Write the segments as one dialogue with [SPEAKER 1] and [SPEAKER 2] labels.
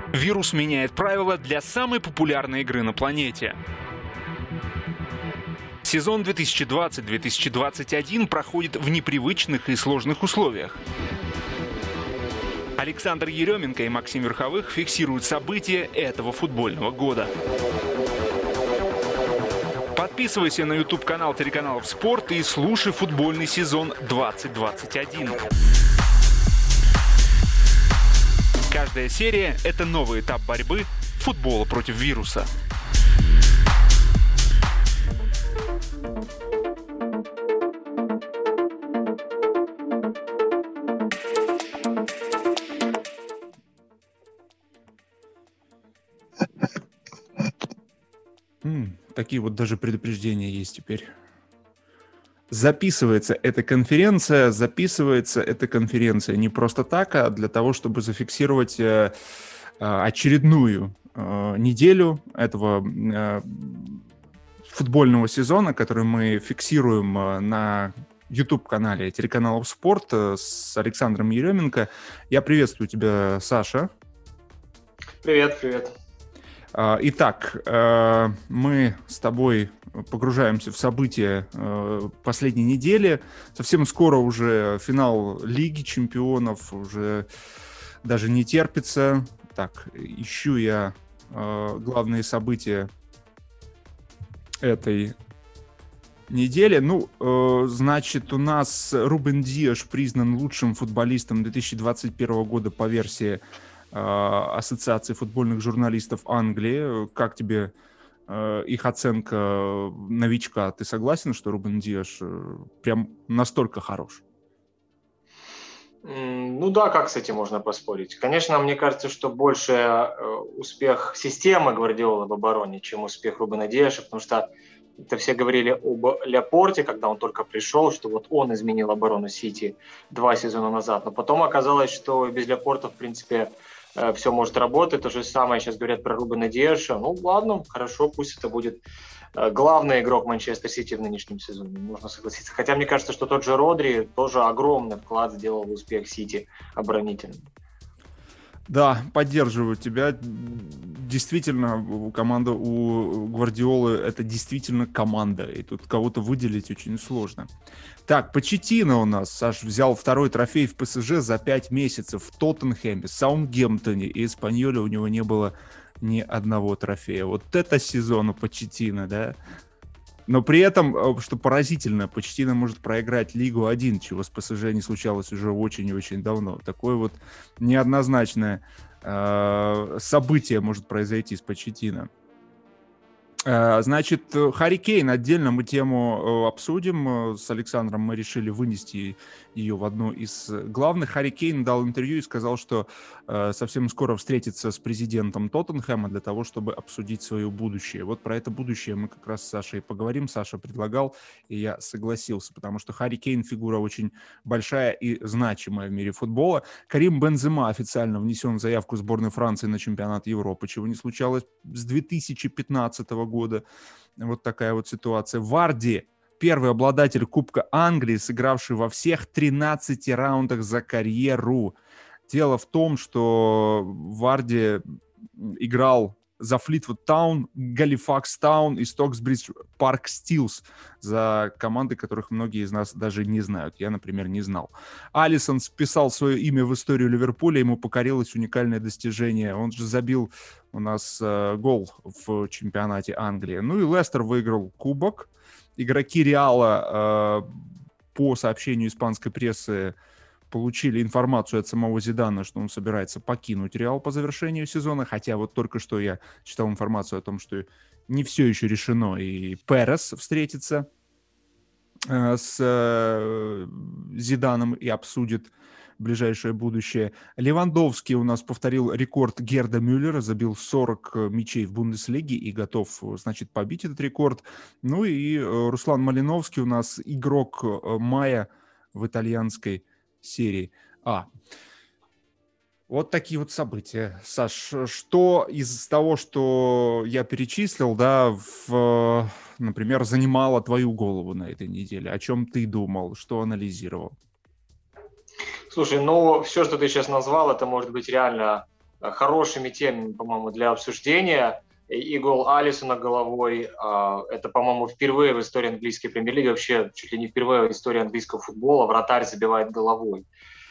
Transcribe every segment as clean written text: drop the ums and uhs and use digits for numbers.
[SPEAKER 1] Вирус меняет правила для самой популярной игры на планете. Сезон 2020-2021 проходит в непривычных и сложных условиях. Александр Еременко и Максим Верховых фиксируют события этого футбольного года. Подписывайся на YouTube-канал телеканалов «Спорт» и слушай футбольный сезон 2021. Каждая серия – это новый этап борьбы футбола против вируса.
[SPEAKER 2] Такие вот даже предупреждения есть теперь. Записывается эта конференция не просто так, а для того, чтобы зафиксировать очередную неделю этого футбольного сезона, который мы фиксируем на YouTube-канале телеканалов «Спорт» с Александром Еременко. Я приветствую тебя, Саша.
[SPEAKER 3] Привет, привет.
[SPEAKER 2] Итак, мы с тобой погружаемся в события последней недели. Совсем скоро уже финал Лиги Чемпионов, уже даже не терпится. Так, ищу я главные события этой недели. Значит, у нас Рубен Диаш признан лучшим футболистом 2021 года по версии Ассоциации футбольных журналистов Англии. Как тебе их оценка новичка? Ты согласен, что Рубен Диаш прям настолько хорош?
[SPEAKER 3] Ну да, как с этим можно поспорить? Конечно, мне кажется, что больше успех системы Гвардиолы в обороне, чем успех Рубена Диаша, потому что это все говорили об Ляпорте, когда он только пришел, что вот он изменил оборону Сити 2 сезона назад. Но потом оказалось, что без Ляпорта, в принципе, все может работать. То же самое сейчас говорят про Рубена Диаша. Ну ладно, хорошо, пусть это будет главный игрок Манчестер Сити в нынешнем сезоне, можно согласиться. Хотя мне кажется, что тот же Родри тоже огромный вклад сделал в успех Сити оборонительный.
[SPEAKER 2] Да, поддерживаю тебя. Действительно, команда у Гвардиолы — это действительно команда, и тут кого-то выделить очень сложно. Так, Почеттино у нас, Саш, взял второй трофей в ПСЖ за 5 месяцев в Тоттенхэме, Саутгемптоне, и Эспаньоле у него не было ни одного трофея. Вот это сезон у Почеттино, да? Но при этом, что поразительно, Почеттино может проиграть Лигу 1, чего с ПСЖ не случалось уже очень и очень давно. Такое вот неоднозначное событие может произойти с Почеттино. Значит, Харри Кейн, отдельно мы тему обсудим. С Александром мы решили вынести ее в одну из главных. Харри Кейн дал интервью и сказал, что совсем скоро встретится с президентом Тоттенхэма для того, чтобы обсудить свое будущее. Вот про это будущее мы как раз с Сашей поговорим. Саша предлагал, и я согласился, потому что Харри Кейн фигура очень большая и значимая в мире футбола. Карим Бензема официально внесен в заявку сборной Франции на чемпионат Европы, чего не случалось с 2015 года. Вот такая вот ситуация. Варди, первый обладатель Кубка Англии, сыгравший во всех 13 раундах за карьеру. Дело в том, что Варди играл за Флитвуд Таун, Галифакс Таун и Стоксбридж Парк Стилс, за команды, которых многие из нас даже не знают. Я, например, не знал. Алисон вписал свое имя в историю Ливерпуля, ему покорилось уникальное достижение. Он же забил у нас гол в чемпионате Англии. Ну и Лестер выиграл кубок. Игроки Реала, по сообщению испанской прессы, получили информацию от самого Зидана, что он собирается покинуть Реал по завершению сезона, хотя вот только что я читал информацию о том, что не все еще решено, и Перес встретится с Зиданом и обсудит ближайшее будущее. Левандовский у нас повторил рекорд Герда Мюллера, забил 40 мячей в Бундеслиге и готов, значит, побить этот рекорд. Ну и Руслан Малиновский у нас игрок мая в итальянской серии А. Вот такие вот события. Саш, что из того, что я перечислил, да, например, занимало твою голову на этой неделе? О чем ты думал, что анализировал?
[SPEAKER 3] Слушай, все, что ты сейчас назвал, это может быть реально хорошими темами, по-моему, для обсуждения. И гол Алисона головой. Это, по-моему, впервые в истории английской премьер-лиги, вообще чуть ли не впервые в истории английского футбола вратарь забивает головой.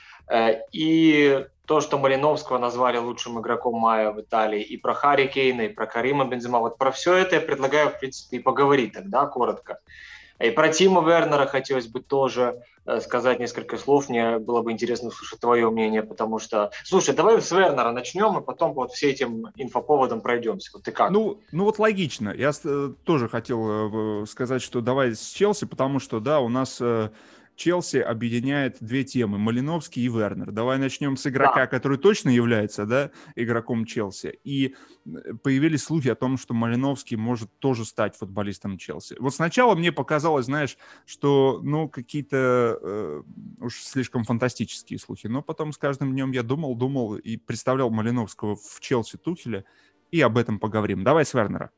[SPEAKER 3] И то, что Малиновского назвали лучшим игроком мая в Италии, и про Харри Кейна, и про Карима Бензема, вот про все это я предлагаю, в принципе, и поговорить тогда коротко. И про Тима Вернера хотелось бы тоже сказать несколько слов. Мне было бы интересно услышать твое мнение, потому что... Слушай, давай с Вернера начнем, и потом вот все этим инфоповодом пройдемся. Вот ты как?
[SPEAKER 2] Ну вот логично. Я тоже хотел сказать, что давай с Челси, потому что, да, у нас Челси объединяет две темы: Малиновский и Вернер. Давай начнем с игрока, который точно является, да, игроком Челси. И появились слухи о том, что Малиновский может тоже стать футболистом Челси. Вот сначала мне показалось, знаешь, что, ну, какие-то уж слишком фантастические слухи. Но потом с каждым днем я думал и представлял Малиновского в Челси Тухеля. И об этом поговорим. Давай с Вернера.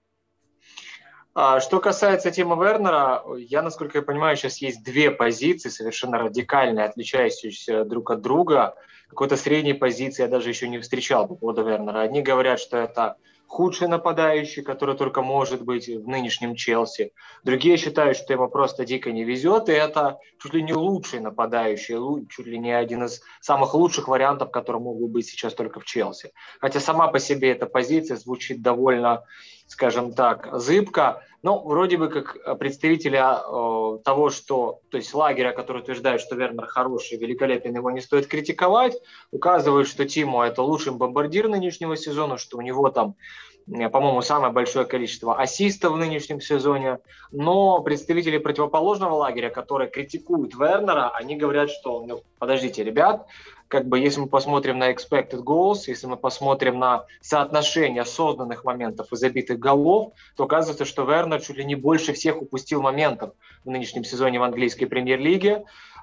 [SPEAKER 3] Что касается Тима Вернера, я, насколько я понимаю, сейчас есть две позиции, совершенно радикально отличающиеся друг от друга. Какой-то средней позиции я даже еще не встречал по поводу Вернера. Одни говорят, что это худший нападающий, который только может быть в нынешнем Челси. Другие считают, что ему просто дико не везет, и это чуть ли не лучший нападающий, чуть ли не один из самых лучших вариантов, которые могут быть сейчас только в Челси. Хотя сама по себе эта позиция звучит довольно, скажем так, зыбко. Но вроде бы как представителя того, что, то есть лагеря, который утверждает, что Вернер хороший, великолепен, его не стоит критиковать, указывают, что Тиму это лучший бомбардир нынешнего сезона, что у него там, по-моему, самое большое количество ассистов в нынешнем сезоне. Но представители противоположного лагеря, которые критикуют Вернера, они говорят, что, ну, подождите, ребят, как бы если мы посмотрим на expected goals, если мы посмотрим на соотношение созданных моментов и забитых голов, то оказывается, что Вернер чуть ли не больше всех упустил моментов в нынешнем сезоне в английской премьер-лиге.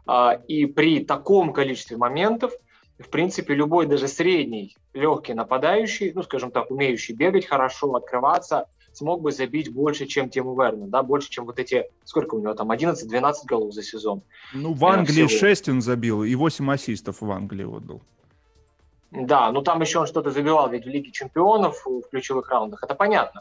[SPEAKER 3] И при таком количестве моментов, в принципе, любой даже средний, легкий нападающий, ну, скажем так, умеющий бегать хорошо, открываться, смог бы забить больше, чем Тиму Вернер, да, больше, чем вот эти, сколько у него там, 11-12 голов за сезон.
[SPEAKER 2] Ну, в Англии 6 он забил, и 8 ассистов в Англии отдал.
[SPEAKER 3] Да, ну там еще он что-то забивал, ведь в Лиге Чемпионов в ключевых раундах, это понятно.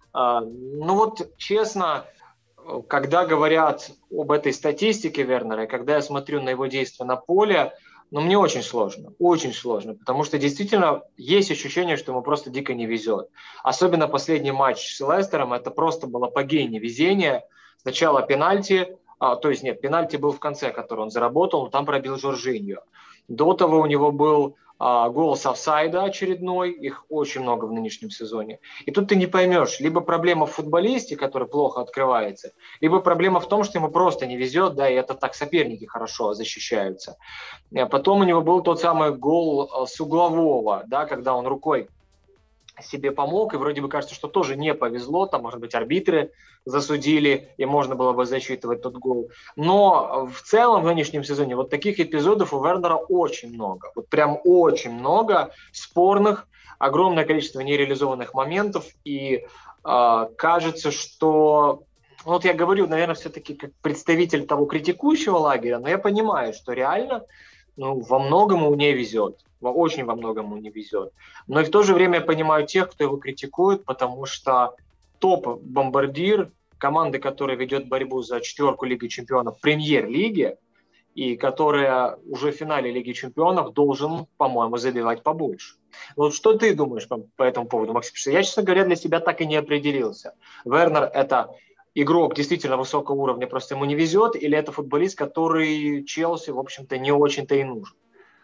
[SPEAKER 3] Ну вот, честно, когда говорят об этой статистике Вернера, и когда я смотрю на его действия на поле, но мне очень сложно, потому что действительно есть ощущение, что ему просто дико не везет. Особенно последний матч с Лестером, это просто был апогей невезения. Сначала пенальти, пенальти был в конце, который он заработал, но там пробил Жоржиньо. До того у него был гол с офсайда очередной, их очень много в нынешнем сезоне. И тут ты не поймешь, либо проблема в футболисте, который плохо открывается, либо проблема в том, что ему просто не везет, да, и это так соперники хорошо защищаются. Потом у него был тот самый гол с углового, да, когда он рукой себе помог, и вроде бы кажется, что тоже не повезло, там, может быть, арбитры засудили, и можно было бы засчитывать тот гол. Но в целом в нынешнем сезоне вот таких эпизодов у Вернера очень много, вот прям очень много спорных, огромное количество нереализованных моментов, и кажется, что, вот я говорю, наверное, все-таки как представитель того критикующего лагеря, но я понимаю, что реально, ну, во многом ему не везет. Очень во многом ему не везет. Но и в то же время я понимаю тех, кто его критикует, потому что топ-бомбардир команды, которая ведет борьбу за 4-ку Лиги Чемпионов в премьер-лиге, и которая уже в финале Лиги Чемпионов должен, по-моему, забивать побольше. Вот что ты думаешь по этому поводу, Максим? Я, честно говоря, для себя так и не определился. Вернер – это игрок действительно высокого уровня, просто ему не везет, или это футболист, который Челси, в общем-то, не очень-то и нужен?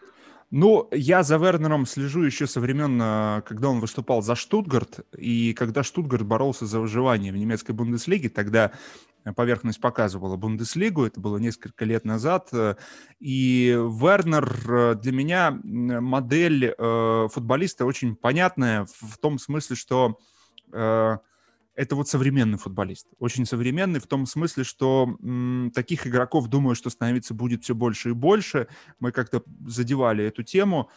[SPEAKER 2] Ну, я за Вернером слежу еще со времен, когда он выступал за Штутгарт, и когда Штутгарт боролся за выживание в немецкой Бундеслиге, тогда поверхность показывала Бундеслигу, это было несколько лет назад, и Вернер для меня модель футболиста очень понятная в том смысле, что это вот современный футболист, очень современный в том смысле, что таких игроков, думаю, что становиться будет все больше и больше. Мы как-то задевали эту тему.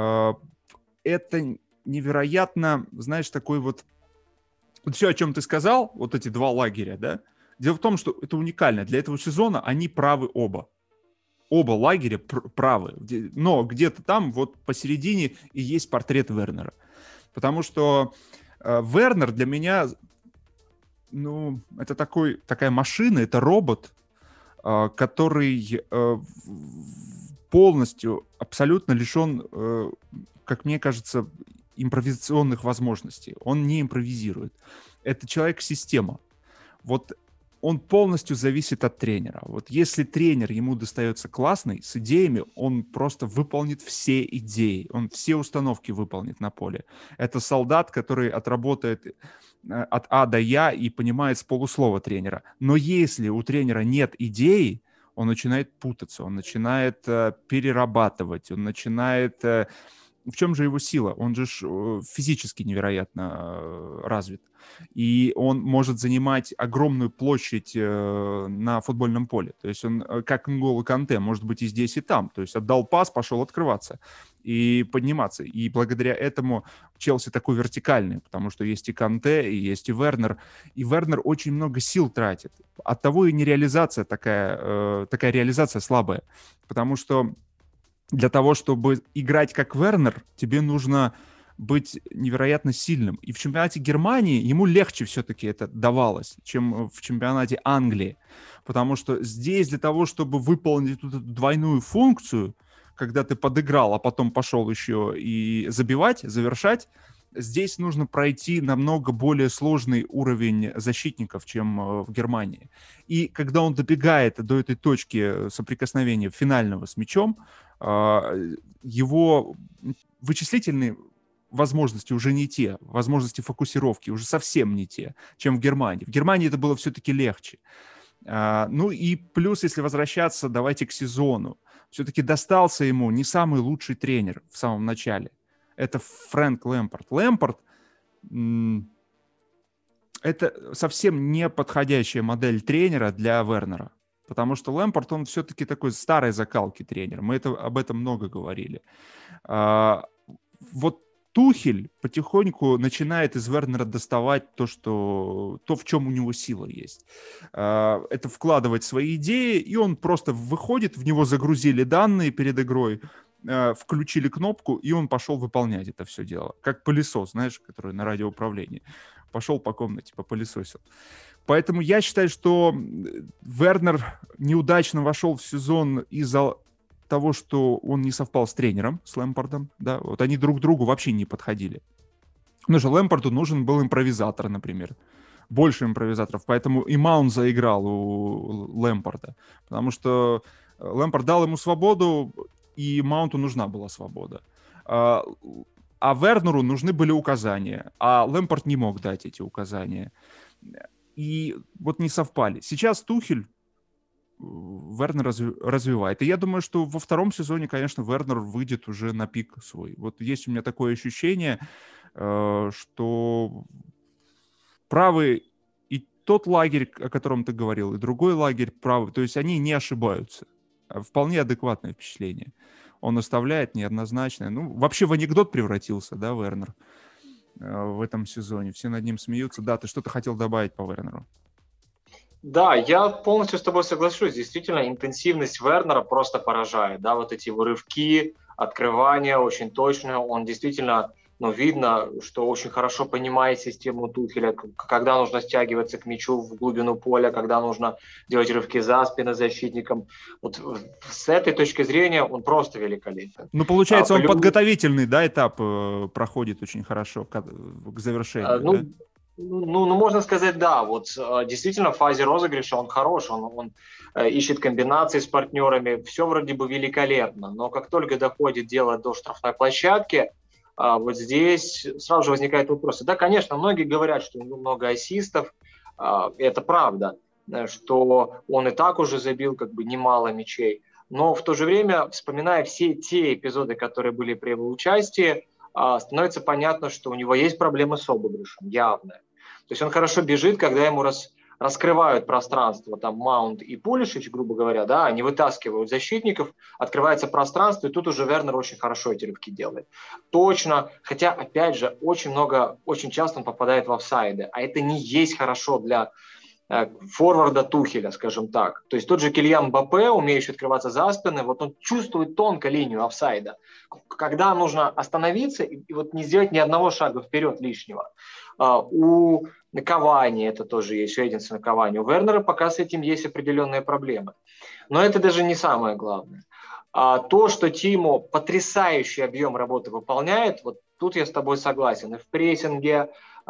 [SPEAKER 2] Это невероятно, знаешь, такой вот все, о чем ты сказал, вот эти два лагеря, да? Дело в том, что это уникально. Для этого сезона они правы оба. оба лагеря правы. Но где-то там вот посередине и есть портрет Вернера. Потому что Вернер для меня, ну, это такая машина, это робот, который полностью, абсолютно лишен, как мне кажется, импровизационных возможностей. Он не импровизирует. Это человек-система. Вот он полностью зависит от тренера. Вот если тренер ему достается классный, с идеями, он просто выполнит все идеи, он все установки выполнит на поле. Это солдат, который отработает от А до Я и понимает с полуслова тренера. Но если у тренера нет идеи, он начинает путаться, он начинает перерабатывать, он начинает... В чем же его сила? Он же физически невероятно развит. И он может занимать огромную площадь на футбольном поле. То есть он, как Нголо Канте, может быть и здесь, и там. То есть отдал пас, пошел открываться и подниматься. И благодаря этому Челси такой вертикальный, потому что есть и Канте, и есть и Вернер. И Вернер очень много сил тратит. Оттого и нереализация такая реализация слабая. Потому что для того, чтобы играть как Вернер, тебе нужно быть невероятно сильным. И в чемпионате Германии ему легче все-таки это давалось, чем в чемпионате Англии. Потому что здесь для того, чтобы выполнить эту двойную функцию, когда ты подыграл, а потом пошел еще и забивать, завершать, здесь нужно пройти намного более сложный уровень защитников, чем в Германии. И когда он добегает до этой точки соприкосновения финального с мячом, его вычислительные возможности уже не те, возможности фокусировки уже совсем не те, чем в Германии. В Германии это было все-таки легче. Ну и плюс, если возвращаться, давайте к сезону. Все-таки достался ему не самый лучший тренер в самом начале. Это Фрэнк Лэмпард. Лэмпард это совсем не подходящая модель тренера для Вернера. Потому что Лэмпард, он все-таки такой старой закалки тренер. Мы об этом много говорили. Вот Тухель потихоньку начинает из Вернера доставать то, в чем у него сила есть. Это вкладывать свои идеи, и он просто выходит, в него загрузили данные перед игрой, включили кнопку, и он пошел выполнять это все дело. Как пылесос, знаешь, который на радиоуправлении. Пошел по комнате, попылесосил. Поэтому я считаю, что Вернер неудачно вошел в сезон из-за того, что он не совпал с тренером, с Лэмпардом. Да? Вот они друг другу вообще не подходили. Потому что Лэмпарду нужен был импровизатор, например. Больше импровизаторов. Поэтому и Маунт заиграл у Лэмпарда. Потому что Лэмпард дал ему свободу, и Маунту нужна была свобода. А Вернеру нужны были указания. А Лэмпард не мог дать эти указания. И вот не совпали. Сейчас Тухель Вернер развивает. И я думаю, что во втором сезоне, конечно, Вернер выйдет уже на пик свой. Вот есть у меня такое ощущение, что правый и тот лагерь, о котором ты говорил, и другой лагерь правый, то есть они не ошибаются. Вполне адекватное впечатление. Он оставляет неоднозначное. Ну, вообще в анекдот превратился, да, Вернер, в этом сезоне. Все над ним смеются. Да, ты что-то хотел добавить по Вернеру?
[SPEAKER 3] Да, я полностью с тобой соглашусь. Действительно, интенсивность Вернера просто поражает. Да, вот эти его рывки, открывания очень точно. Он действительно, видно, что очень хорошо понимает систему Тухеля, когда нужно стягиваться к мячу в глубину поля, когда нужно делать рывки за спину защитникам. Вот с этой точки зрения он просто великолепен.
[SPEAKER 2] Ну, получается, он подготовительный, да, этап проходит очень хорошо к завершению, да?
[SPEAKER 3] Можно сказать, да. Вот действительно в фазе розыгрыша он хорош, он ищет комбинации с партнерами, все вроде бы великолепно, но как только доходит дело до штрафной площадки, вот здесь сразу же возникают вопросы. Да, конечно, многие говорят, что у него много ассистов, это правда, что он и так уже забил немало мячей, но в то же время, вспоминая все те эпизоды, которые были при его участии, становится понятно, что у него есть проблемы с обыгрышем, явная. То есть он хорошо бежит, когда ему раскрывают пространство, там Маунт и Пулишич, грубо говоря, да, они вытаскивают защитников, открывается пространство, и тут уже Вернер очень хорошо эти рывки делает. Точно, хотя, опять же, очень часто он попадает в офсайды, а это не есть хорошо для форварда Тухеля, скажем так. То есть тот же Кильян Мбаппе, умеющий открываться за спины, вот он чувствует тонко линию офсайда, когда нужно остановиться и вот не сделать ни одного шага вперед лишнего. У Кавани это тоже есть, у Эдинсона Кавани. У Вернера пока с этим есть определенные проблемы. Но это даже не самое главное. То, что Тимо потрясающий объем работы выполняет, вот тут я с тобой согласен. И в прессинге,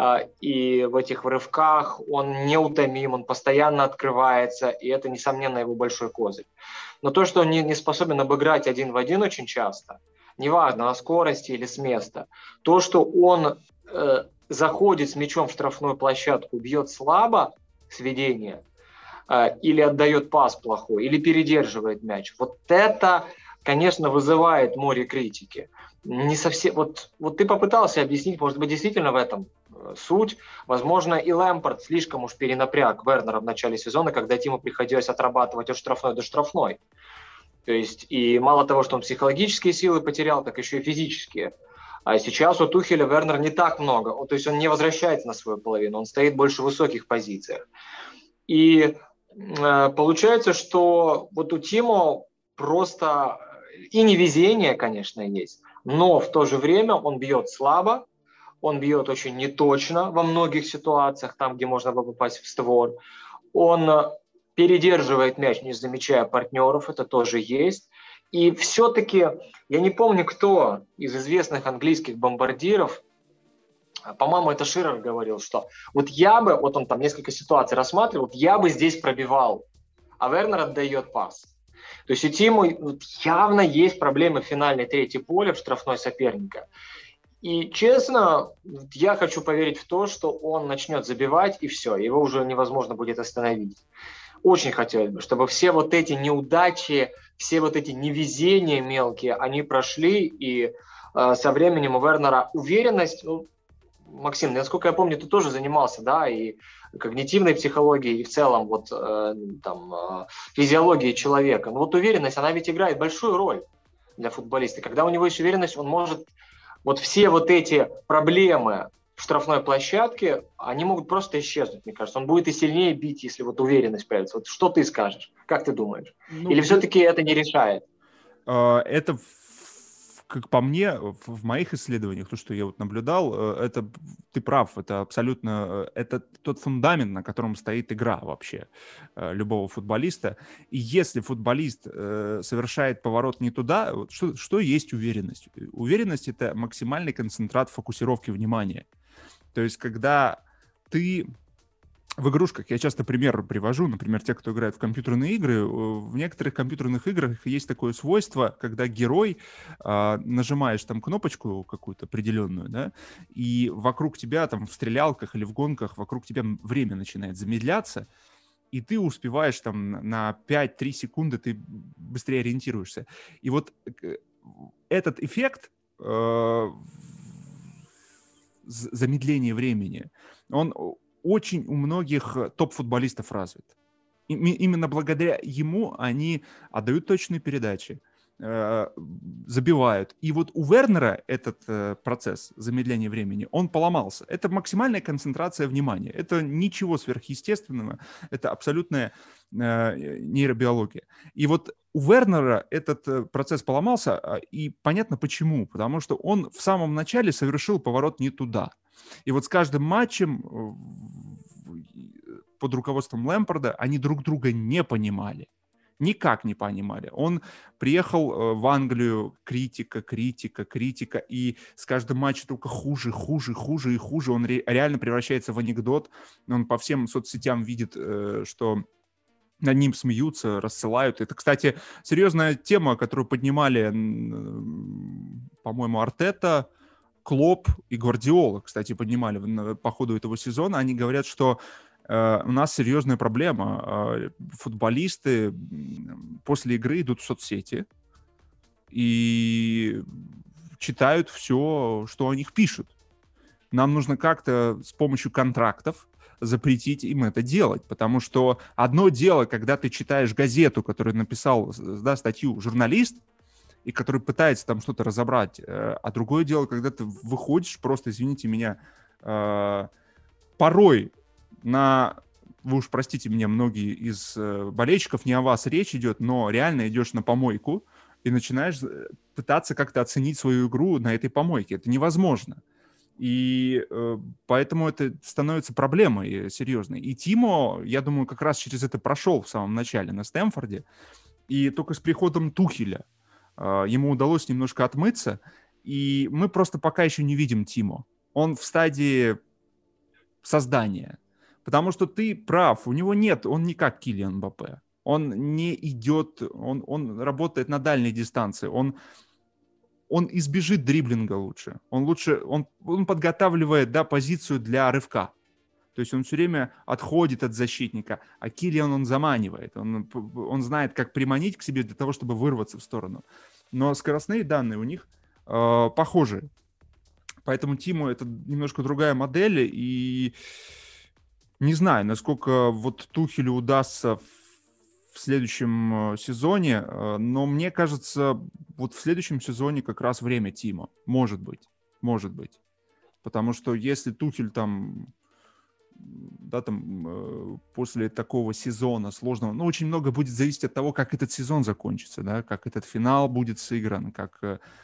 [SPEAKER 3] и в этих рывках он неутомим, он постоянно открывается, и это, несомненно, его большой козырь. Но то, что он не способен обыграть один в один очень часто, неважно, на скорости или с места, то, что он заходит с мячом в штрафную площадку, бьет слабо с ведения, или отдает пас плохой, или передерживает мяч, вот это, конечно, вызывает море критики. Не совсем. Вот ты попытался объяснить, может быть, действительно в этом суть. Возможно, и Лэмпард слишком уж перенапряг Вернера в начале сезона, когда Тиму приходилось отрабатывать от штрафной до штрафной. То есть, и мало того, что он психологические силы потерял, так еще и физические. А сейчас у Тухеля Вернер не так много. То есть он не возвращается на свою половину, он стоит больше в высоких позициях. И получается, что вот у Тимо просто и невезение, конечно, есть, но в то же время он бьет слабо, он бьет очень неточно во многих ситуациях, там, где можно было попасть в створ. Он передерживает мяч, не замечая партнеров, это тоже есть. И все-таки, я не помню, кто из известных английских бомбардиров, по-моему, это Ширер говорил, что вот я бы, вот он там несколько ситуаций рассматривал, вот я бы здесь пробивал, а Вернер отдает пас. То есть у Тиму явно есть проблемы в финальной трети поля, в штрафной соперника. И, честно, я хочу поверить в то, что он начнет забивать, и все, его уже невозможно будет остановить. Очень хотелось бы, чтобы все вот эти неудачи, все вот эти невезения мелкие, они прошли, и со временем у Вернера уверенность... Максим, насколько я помню, ты тоже занимался, да, и когнитивной психологией, и в целом вот физиологией человека. Но вот уверенность, она ведь играет большую роль для футболиста. Когда у него есть уверенность, он может вот все вот эти проблемы в штрафной площадке, они могут просто исчезнуть, мне кажется. Он будет и сильнее бить, если вот уверенность появится. Вот что ты скажешь? Как ты думаешь? Или все-таки это не решает?
[SPEAKER 2] Это, как по мне, в моих исследованиях, то, что я вот наблюдал, это, ты прав, это абсолютно, это тот фундамент, на котором стоит игра вообще любого футболиста. И если футболист совершает поворот не туда, вот что есть уверенность? Уверенность — это максимальный концентрат фокусировки внимания. То есть, когда ты... В игрушках я часто пример привожу, например, те, кто играет в компьютерные игры. В некоторых компьютерных играх есть такое свойство, когда герой, нажимаешь там кнопочку какую-то определенную, да, и вокруг тебя там в стрелялках или в гонках вокруг тебя время начинает замедляться, и ты успеваешь там на 5-3 секунды, ты быстрее ориентируешься. И вот этот эффект замедления времени, он очень у многих топ-футболистов развит. Именно благодаря ему они отдают точные передачи, забивают. И вот у Вернера этот процесс замедления времени, он поломался. Это максимальная концентрация внимания. Это ничего сверхъестественного. Это абсолютная нейробиология. И вот у Вернера этот процесс поломался, и понятно почему. Потому что он в самом начале совершил поворот не туда. И вот с каждым матчем под руководством Лэмпарда они друг друга не понимали. Никак не понимали. Он приехал в Англию, критика, и с каждым матчем только хуже и хуже. Он реально превращается в анекдот. Он по всем соцсетям видит, что над ним смеются, рассылают. Это, кстати, серьезная тема, которую поднимали, по-моему, Артета, Клоп и Гвардиола, кстати, поднимали по ходу этого сезона. Они говорят, что у нас серьезная проблема. Футболисты после игры идут в соцсети и читают все, что о них пишут. Нам нужно как-то с помощью контрактов запретить им это делать, потому что одно дело, когда ты читаешь газету, которую написал, да, статью журналист, и который пытается там что-то разобрать, а другое дело, когда ты выходишь просто, извините меня, порой на вы уж простите меня, многие из болельщиков, не о вас речь идет, но реально идешь на помойку и начинаешь пытаться как-то оценить свою игру на этой помойке. Это невозможно. И поэтому это становится проблемой серьезной. И Тимо, я думаю, как раз через это прошел в самом начале на Стэмфорде. И только с приходом Тухеля ему удалось немножко отмыться. И мы просто пока еще не видим Тимо. Он в стадии создания. Потому что ты прав, у него нет, он не как Килиан Мбаппе. Он не идет, он работает на дальней дистанции. Он избежит дриблинга лучше. Он подготавливает, да, позицию для рывка. То есть он все время отходит от защитника, а Килиан он заманивает. Он знает, как приманить к себе для того, чтобы вырваться в сторону. Но скоростные данные у них похожи. Поэтому Тимо это немножко другая модель. И не знаю, насколько вот Тухелю удастся в следующем сезоне, но мне кажется, вот в следующем сезоне как раз время Тимо. Может быть. Потому что если Тухель там, да, там после такого сезона сложного, ну, очень много будет зависеть от того, как этот сезон закончится, да, как этот финал будет сыгран, как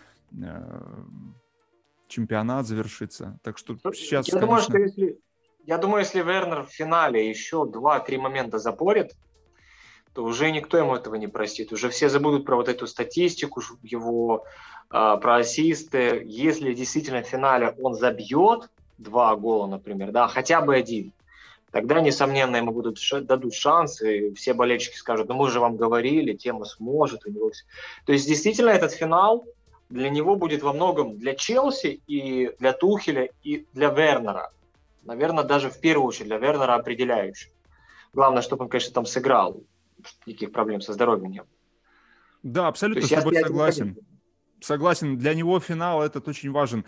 [SPEAKER 2] чемпионат завершится. Так что сейчас, конечно...
[SPEAKER 3] Я думаю, если Вернер в финале еще 2-3 момента запорит, то уже никто ему этого не простит. Уже все забудут про вот эту статистику, его про ассисты. Если действительно в финале он забьет 2 гола, например, да, хотя бы 1, тогда, несомненно, ему дадут шанс, и все болельщики скажут, ну мы же вам говорили, Тимо сможет. У него все. То есть действительно этот финал для него будет во многом для Челси и для Тухеля и для Вернера. Наверное, даже в первую очередь для Вернера определяющий. Главное, чтобы он, конечно, там сыграл. Никаких проблем со здоровьем не было.
[SPEAKER 2] Да, абсолютно с тобой согласен. Согласен, для него финал этот очень важен.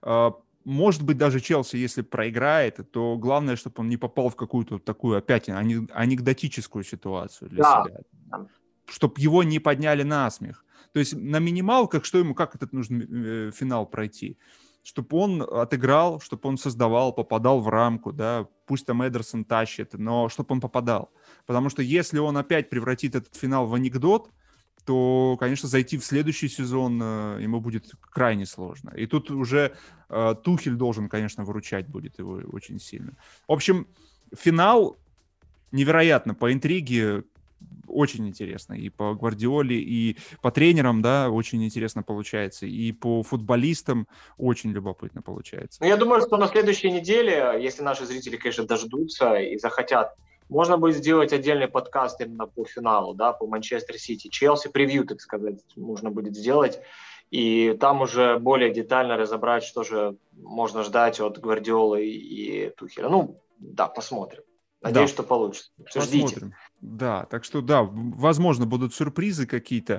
[SPEAKER 2] Может быть, даже Челси, если проиграет, то главное, чтобы он не попал в какую-то такую опять анекдотическую ситуацию для себя. Чтобы его не подняли на смех. То есть на минималках, как этот нужно финал пройти? Чтобы он отыграл, чтобы он создавал, попадал в рамку, да, пусть там Эдерсон тащит, но чтобы он попадал. Потому что если он опять превратит этот финал в анекдот, то, конечно, зайти в следующий сезон ему будет крайне сложно. И тут уже Тухель должен, конечно, выручать будет его очень сильно. В общем, финал невероятно по интриге, очень интересно. И по Гвардиоле, и по тренерам, да, очень интересно получается. И по футболистам очень любопытно получается.
[SPEAKER 3] Ну, я думаю, что на следующей неделе, если наши зрители, конечно, дождутся и захотят, можно будет сделать отдельный подкаст именно по финалу, да, по Манчестер Сити. Челси превью, так сказать, можно будет сделать. И там уже более детально разобрать, что же можно ждать от Гвардиолы и Тухеля. Ну, да, посмотрим. Надеюсь, что получится. Ждите.
[SPEAKER 2] Да, так что да, возможно, будут сюрпризы какие-то,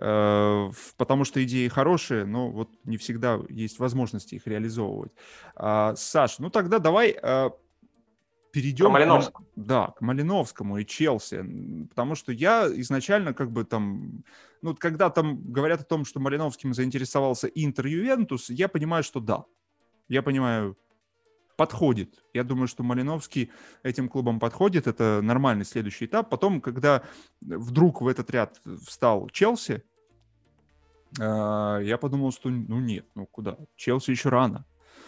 [SPEAKER 2] потому что идеи хорошие, но вот не всегда есть возможности их реализовывать. Саш, ну тогда давай перейдем к Малиновскому и Челси, потому что я изначально как бы там, ну когда там говорят о том, что Малиновским заинтересовался Интер Ювентус, я понимаю, что да, я понимаю, подходит. Я думаю, что Малиновский этим клубом подходит. Это нормальный следующий этап. Потом, когда вдруг в этот ряд встал Челси, я подумал, что нет, куда? Челси еще рано.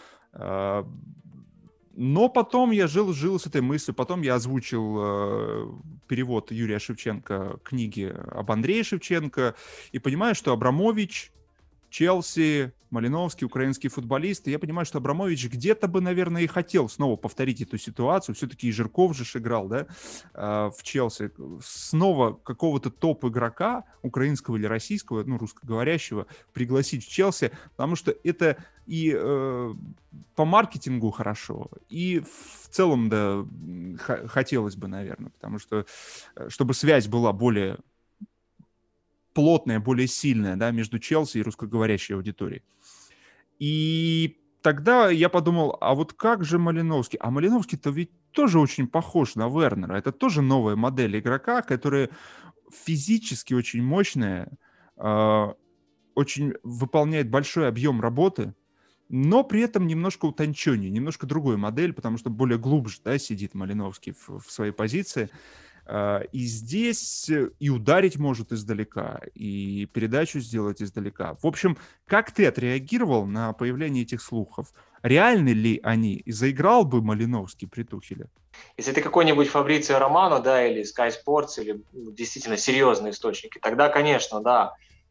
[SPEAKER 2] Но потом я жил с этой мыслью. Потом я озвучил перевод Юрия Шевченко книги об Андрее Шевченко и понимаю, что Абрамович, Челси, Малиновский, украинский футболист. И я понимаю, что Абрамович где-то бы, наверное, и хотел снова повторить эту ситуацию. Все-таки и Жирков же играл, да, в Челси. Снова какого-то топ-игрока, украинского или российского, русскоговорящего, пригласить в Челси, потому что это и по маркетингу хорошо, и в целом, да, хотелось бы, наверное, потому что, чтобы связь была более плотная, более сильная, да, между Челси и русскоговорящей аудиторией. И тогда я подумал, а вот как же Малиновский? А Малиновский-то ведь тоже очень похож на Вернера. Это тоже новая модель игрока, которая физически очень мощная, очень выполняет большой объем работы, но при этом немножко утонченнее, немножко другой модель, потому что более глубже, да, сидит Малиновский в своей позиции. И здесь и ударить может издалека, и передачу сделать издалека. В общем, как ты отреагировал на появление этих слухов? Реальны ли они? И заиграл бы Малиновский при Тухеле?
[SPEAKER 3] Если это какой-нибудь Фабрицио Романо, да, или Sky Sports, или действительно серьезные источники, тогда, конечно, да,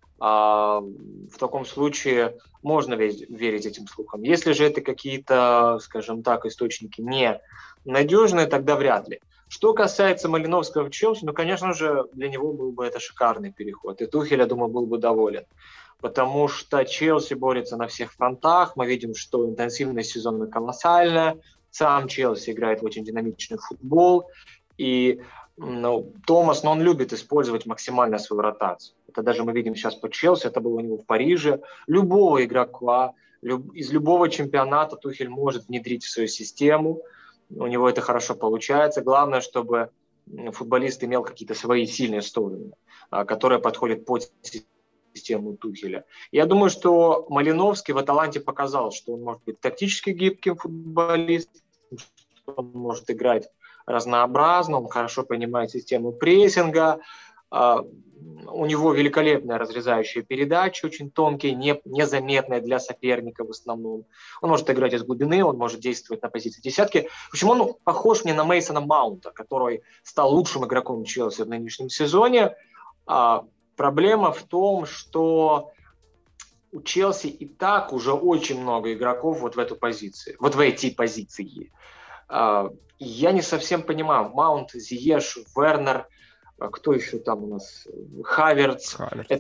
[SPEAKER 3] в таком случае можно верить этим слухам. Если же это какие-то, скажем так, источники не надежные, тогда вряд ли. Что касается Малиновского в Челси, ну, конечно же, для него был бы это шикарный переход. И Тухель, я думаю, был бы доволен. Потому что Челси борется на всех фронтах. Мы видим, что интенсивность сезона колоссальная. Сам Челси играет в очень динамичный футбол. И Томас, он любит использовать максимально свою ротацию. Это даже мы видим сейчас по Челси, это было у него в Париже. Любого игрока из любого чемпионата Тухель может внедрить в свою систему. У него это хорошо получается. Главное, чтобы футболист имел какие-то свои сильные стороны, которые подходят под систему Тухеля. Я думаю, что Малиновский в Аталанте показал, что он может быть тактически гибким футболистом, что он может играть разнообразно, он хорошо понимает систему прессинга, у него великолепная разрезающая передача, очень тонкие, незаметные для соперника в основном. Он может играть из глубины, он может действовать на позиции десятки. В общем, он похож мне на Мейсона Маунта, который стал лучшим игроком Челси в нынешнем сезоне. Проблема в том, что у Челси и так уже очень много игроков вот в эту позицию, вот в эти позиции. Я не совсем понимаю. Маунт, Зиеш, Вернер, кто еще там у нас? Хаверц.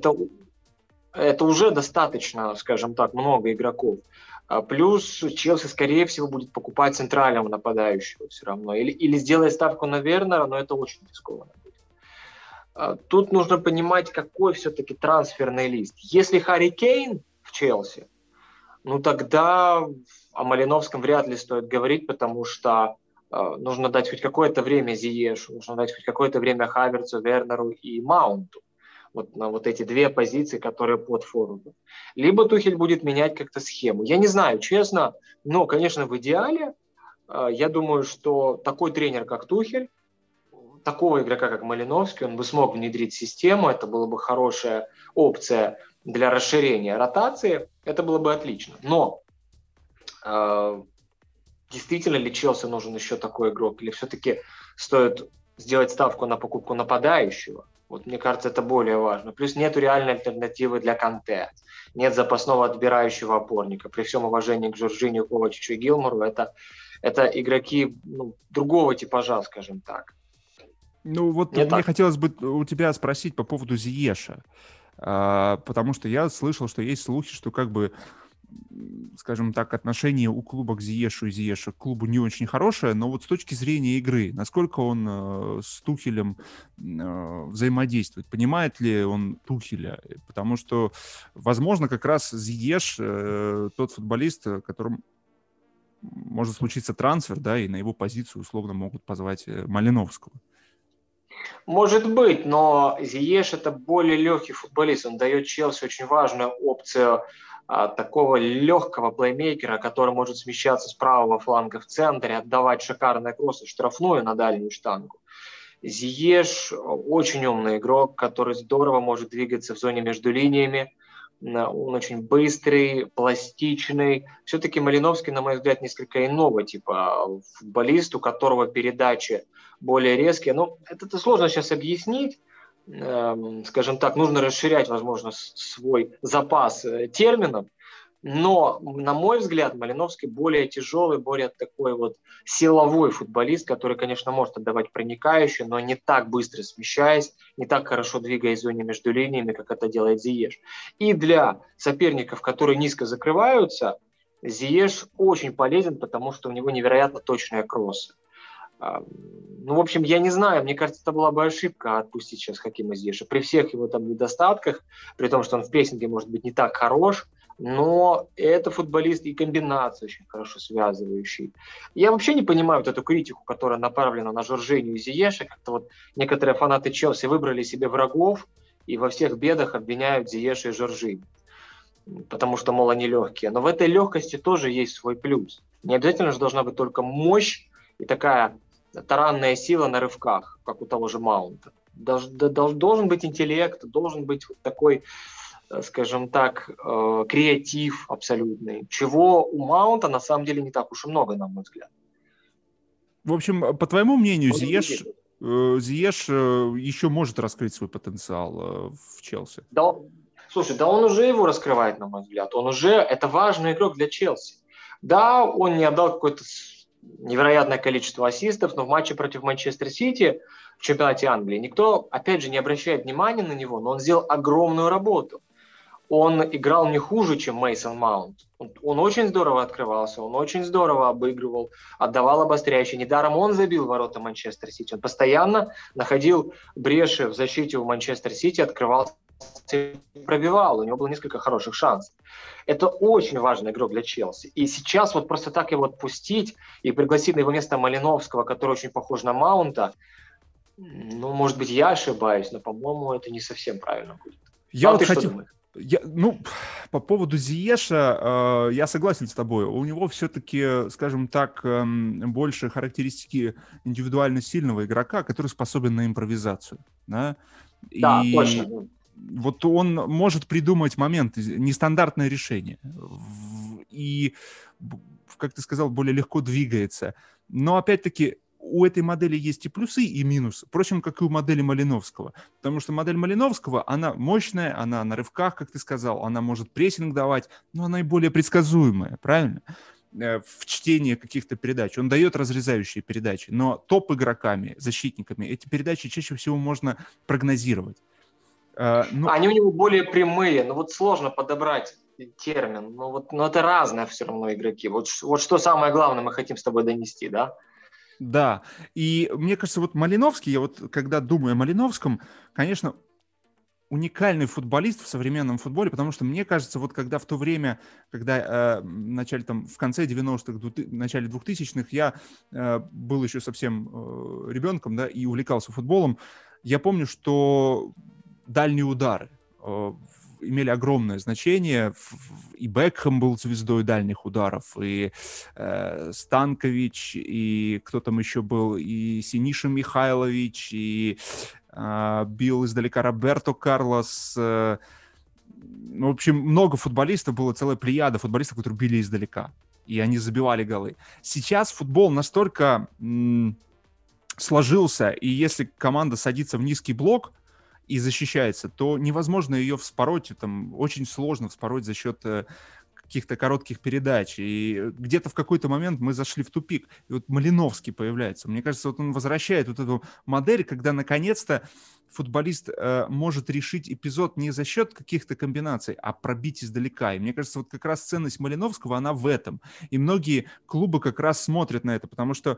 [SPEAKER 3] Это уже достаточно, скажем так, много игроков. Плюс Челси, скорее всего, будет покупать центрального нападающего все равно. Или сделает ставку на Вернера, но это очень рискованно будет. Тут нужно понимать, какой все-таки трансферный лист. Если Харри Кейн в Челси, ну тогда о Малиновском вряд ли стоит говорить, потому что нужно дать хоть какое-то время Зиешу, нужно дать хоть какое-то время Хаверцу, Вернеру и Маунту. Вот на вот эти две позиции, которые под форвардом. Либо Тухель будет менять как-то схему. Я не знаю, честно, но, конечно, в идеале, я думаю, что такой тренер, как Тухель, такого игрока, как Малиновский, он бы смог внедрить систему, это была бы хорошая опция для расширения ротации, это было бы отлично. Но действительно ли Челси нужен еще такой игрок? Или все-таки стоит сделать ставку на покупку нападающего? Вот мне кажется, это более важно. Плюс нет реальной альтернативы для Канте. Нет запасного отбирающего опорника. При всем уважении к Жоржинью, Ковачичу и Гилмору, это игроки другого типажа, скажем так.
[SPEAKER 2] Ну вот мне хотелось бы у тебя спросить по поводу Зиеша. Потому что я слышал, что есть слухи, что как бы, скажем так, отношение у клуба к Зиешу и Зиеша к клубу не очень хорошее, но вот с точки зрения игры, насколько он с Тухелем взаимодействует, понимает ли он Тухеля, потому что, возможно, как раз Зиеш тот футболист, которым может случиться трансфер, да, и на его позицию условно могут позвать Малиновского.
[SPEAKER 3] Может быть, но Зиеш это более легкий футболист, он дает Челси очень важную опцию такого легкого плеймейкера, который может смещаться с правого фланга в центре, отдавать шикарные кроссы в штрафную на дальнюю штангу. Зиеш очень умный игрок, который здорово может двигаться в зоне между линиями. Он очень быстрый, пластичный. Все-таки Малиновский, на мой взгляд, несколько иного типа футболист, у которого передачи более резкие. Но это сложно сейчас объяснить. Скажем так, нужно расширять, возможно, свой запас терминов. Но, на мой взгляд, Малиновский более тяжелый, более такой вот силовой футболист, который, конечно, может отдавать проникающий, но не так быстро смещаясь, не так хорошо двигаясь в зоне между линиями, как это делает Зиеш. И для соперников, которые низко закрываются, Зиеш очень полезен, потому что у него невероятно точные кроссы. Ну, в общем, я не знаю, мне кажется, это была бы ошибка отпустить сейчас Хакима Зиеша. При всех его там недостатках, при том, что он в прессинге может быть не так хорош, но это футболист и комбинация очень хорошо связывающий. Я вообще не понимаю вот эту критику, которая направлена на Жоржинью и Зиеша. Как-то вот некоторые фанаты Челси выбрали себе врагов и во всех бедах обвиняют Зиеша и Жоржинью. потому что, мол, они легкие. Но в этой легкости тоже есть свой плюс. Не обязательно же должна быть только мощь и такая таранная сила на рывках, как у того же Маунта. Должен быть интеллект, должен быть такой, скажем так, креатив абсолютный, чего у Маунта на самом деле не так уж и много, на мой взгляд.
[SPEAKER 2] В общем, по твоему мнению, Зиеш еще может раскрыть свой потенциал в Челси?
[SPEAKER 3] Да, слушай, да он уже его раскрывает, на мой взгляд. Это важный игрок для Челси. Да, он не отдал какое-то невероятное количество ассистов, но в матче против Манчестер Сити в чемпионате Англии никто, опять же, не обращает внимания на него, но он сделал огромную работу. Он играл не хуже, чем Мейсон Маунт. Он очень здорово открывался, он очень здорово обыгрывал, отдавал обостряющие. Недаром он забил ворота Манчестер Сити. Он постоянно находил бреши в защите у Манчестер Сити, открывался и пробивал. У него было несколько хороших шансов. Это очень важный игрок для Челси. И сейчас вот просто так его отпустить и пригласить на его место Малиновского, который очень похож на Маунта, ну, может быть, я ошибаюсь, но, по-моему, это не совсем правильно будет.
[SPEAKER 2] Ты что думаешь? По поводу Зиеша, я согласен с тобой. У него все-таки, скажем так, больше характеристики индивидуально сильного игрока, который способен на импровизацию. Да,
[SPEAKER 3] точно.
[SPEAKER 2] Вот он может придумать момент, нестандартное решение. И, как ты сказал, более легко двигается. Но, опять-таки, у этой модели есть и плюсы, и минусы. Впрочем, как и у модели Малиновского. Потому что модель Малиновского, она мощная, она на рывках, как ты сказал, она может прессинг давать, но она и более предсказуемая, правильно? В чтении каких-то передач. Он дает разрезающие передачи, но топ-игроками, защитниками, эти передачи чаще всего можно прогнозировать.
[SPEAKER 3] Они у него более прямые, но вот сложно подобрать термин. Но это разные все равно игроки. Вот что самое главное мы хотим с тобой донести, да?
[SPEAKER 2] Да, и мне кажется, вот Малиновский, я вот когда думаю о Малиновском, конечно, уникальный футболист в современном футболе, потому что мне кажется, вот когда в то время, когда в конце 90-х, в начале 2000-х я был еще совсем ребенком, да, и увлекался футболом, я помню, что дальние удары имели огромное значение. И Бекхэм был звездой дальних ударов, и Станкович, и кто там еще был, и Синиша Михайлович, и бил издалека Роберто Карлос. В общем, много футболистов, было целая плеяда футболистов, которые били издалека, и они забивали голы. Сейчас футбол настолько сложился, и если команда садится в низкий блок и защищается, то невозможно ее вспороть, там очень сложно вспороть за счет каких-то коротких передач. И где-то в какой-то момент мы зашли в тупик. И вот Малиновский появляется. Мне кажется, вот он возвращает вот эту модель, когда наконец-то футболист может решить эпизод не за счет каких-то комбинаций, а пробить издалека. И мне кажется, вот как раз ценность Малиновского, она в этом. И многие клубы как раз смотрят на это, потому что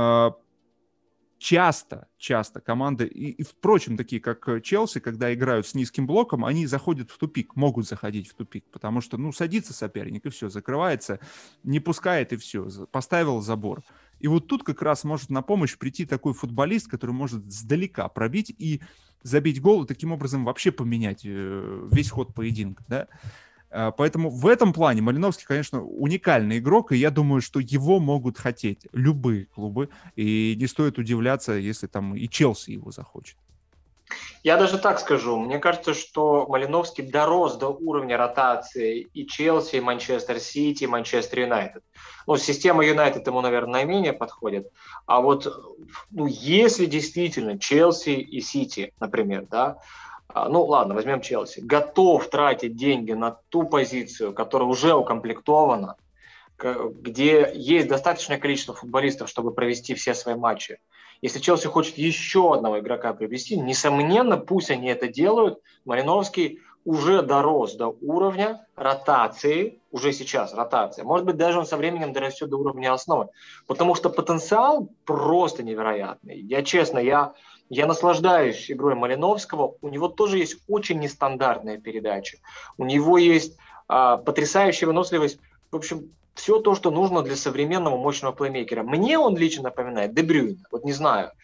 [SPEAKER 2] часто команды, и впрочем, такие как Челси, когда играют с низким блоком, они заходят в тупик, могут заходить в тупик, потому что, садится соперник, и все, закрывается, не пускает, и все, поставил забор. И вот тут как раз может на помощь прийти такой футболист, который может сдалека пробить и забить гол, и таким образом вообще поменять весь ход поединка, да. Поэтому в этом плане Малиновский, конечно, уникальный игрок, и я думаю, что его могут хотеть любые клубы, и не стоит удивляться, если там и Челси его захочет.
[SPEAKER 3] Я даже так скажу. Мне кажется, что Малиновский дорос до уровня ротации и Челси, и Манчестер Сити, и Манчестер Юнайтед. Система Юнайтед ему, наверное, наименее подходит. А вот если действительно Челси и Сити, например, да, ладно, возьмем Челси, готов тратить деньги на ту позицию, которая уже укомплектована, где есть достаточное количество футболистов, чтобы провести все свои матчи. Если Челси хочет еще одного игрока привести, несомненно, пусть они это делают. Малиновский уже дорос до уровня ротации, уже сейчас ротация. Может быть, даже он со временем дорастет до уровня основы. Потому что потенциал просто невероятный. Я наслаждаюсь игрой Малиновского. У него тоже есть очень нестандартная передача. У него есть потрясающая выносливость. В общем, все то, что нужно для современного мощного плеймейкера. Мне он лично напоминает Де Брюйна. Вот не знаю.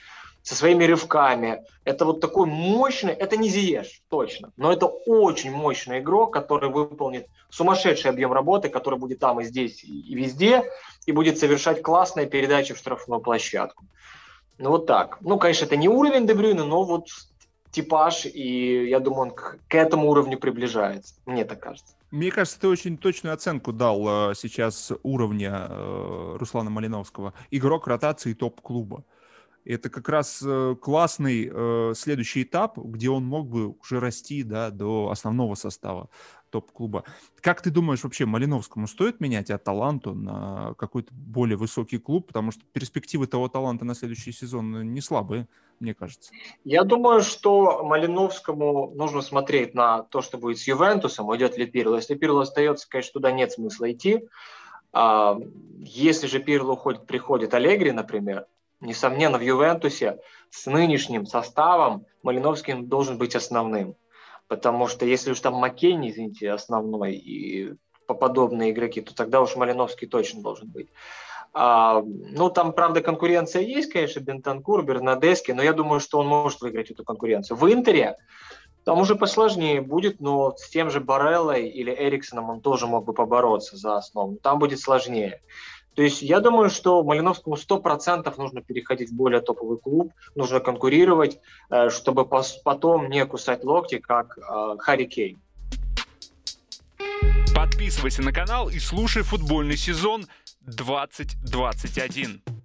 [SPEAKER 3] со своими рывками. Это вот такой мощный, это не Зиеш, точно, но это очень мощный игрок, который выполнит сумасшедший объем работы, который будет там и здесь, и везде, и будет совершать классные передачи в штрафную площадку. Ну вот так. Ну, конечно, это не уровень Де Брюйне, но вот типаж, и я думаю, он к этому уровню приближается. Мне так кажется.
[SPEAKER 2] Мне кажется, ты очень точную оценку дал сейчас уровня Руслана Малиновского. Игрок ротации топ-клуба. Это как раз классный следующий этап, где он мог бы уже расти, да, до основного состава топ-клуба. Как ты думаешь, вообще Малиновскому стоит менять Аталанту на какой-то более высокий клуб? Потому что перспективы того таланта на следующий сезон не слабые, мне кажется.
[SPEAKER 3] Я думаю, что Малиновскому нужно смотреть на то, что будет с Ювентусом, уйдет ли Пирло. Если Пирло остается, конечно, туда нет смысла идти. Если же Пирло уходит, приходит Аллегри, например, несомненно, в Ювентусе с нынешним составом Малиновский должен быть основным. Потому что если уж там Маккенни, извините, основной и подобные игроки, то тогда уж Малиновский точно должен быть. Ну, там, правда, конкуренция есть, конечно, Бентанкур, Бернадески, но я думаю, что он может выиграть эту конкуренцию. В Интере там уже посложнее будет, но с тем же Бареллой или Эриксоном он тоже мог бы побороться за основу. Там будет сложнее. То есть я думаю, что Малиновскому 100% нужно переходить в более топовый клуб, нужно конкурировать, чтобы потом не кусать локти, как Харри Кейн.
[SPEAKER 1] Подписывайся на канал и слушай футбольный сезон 2021.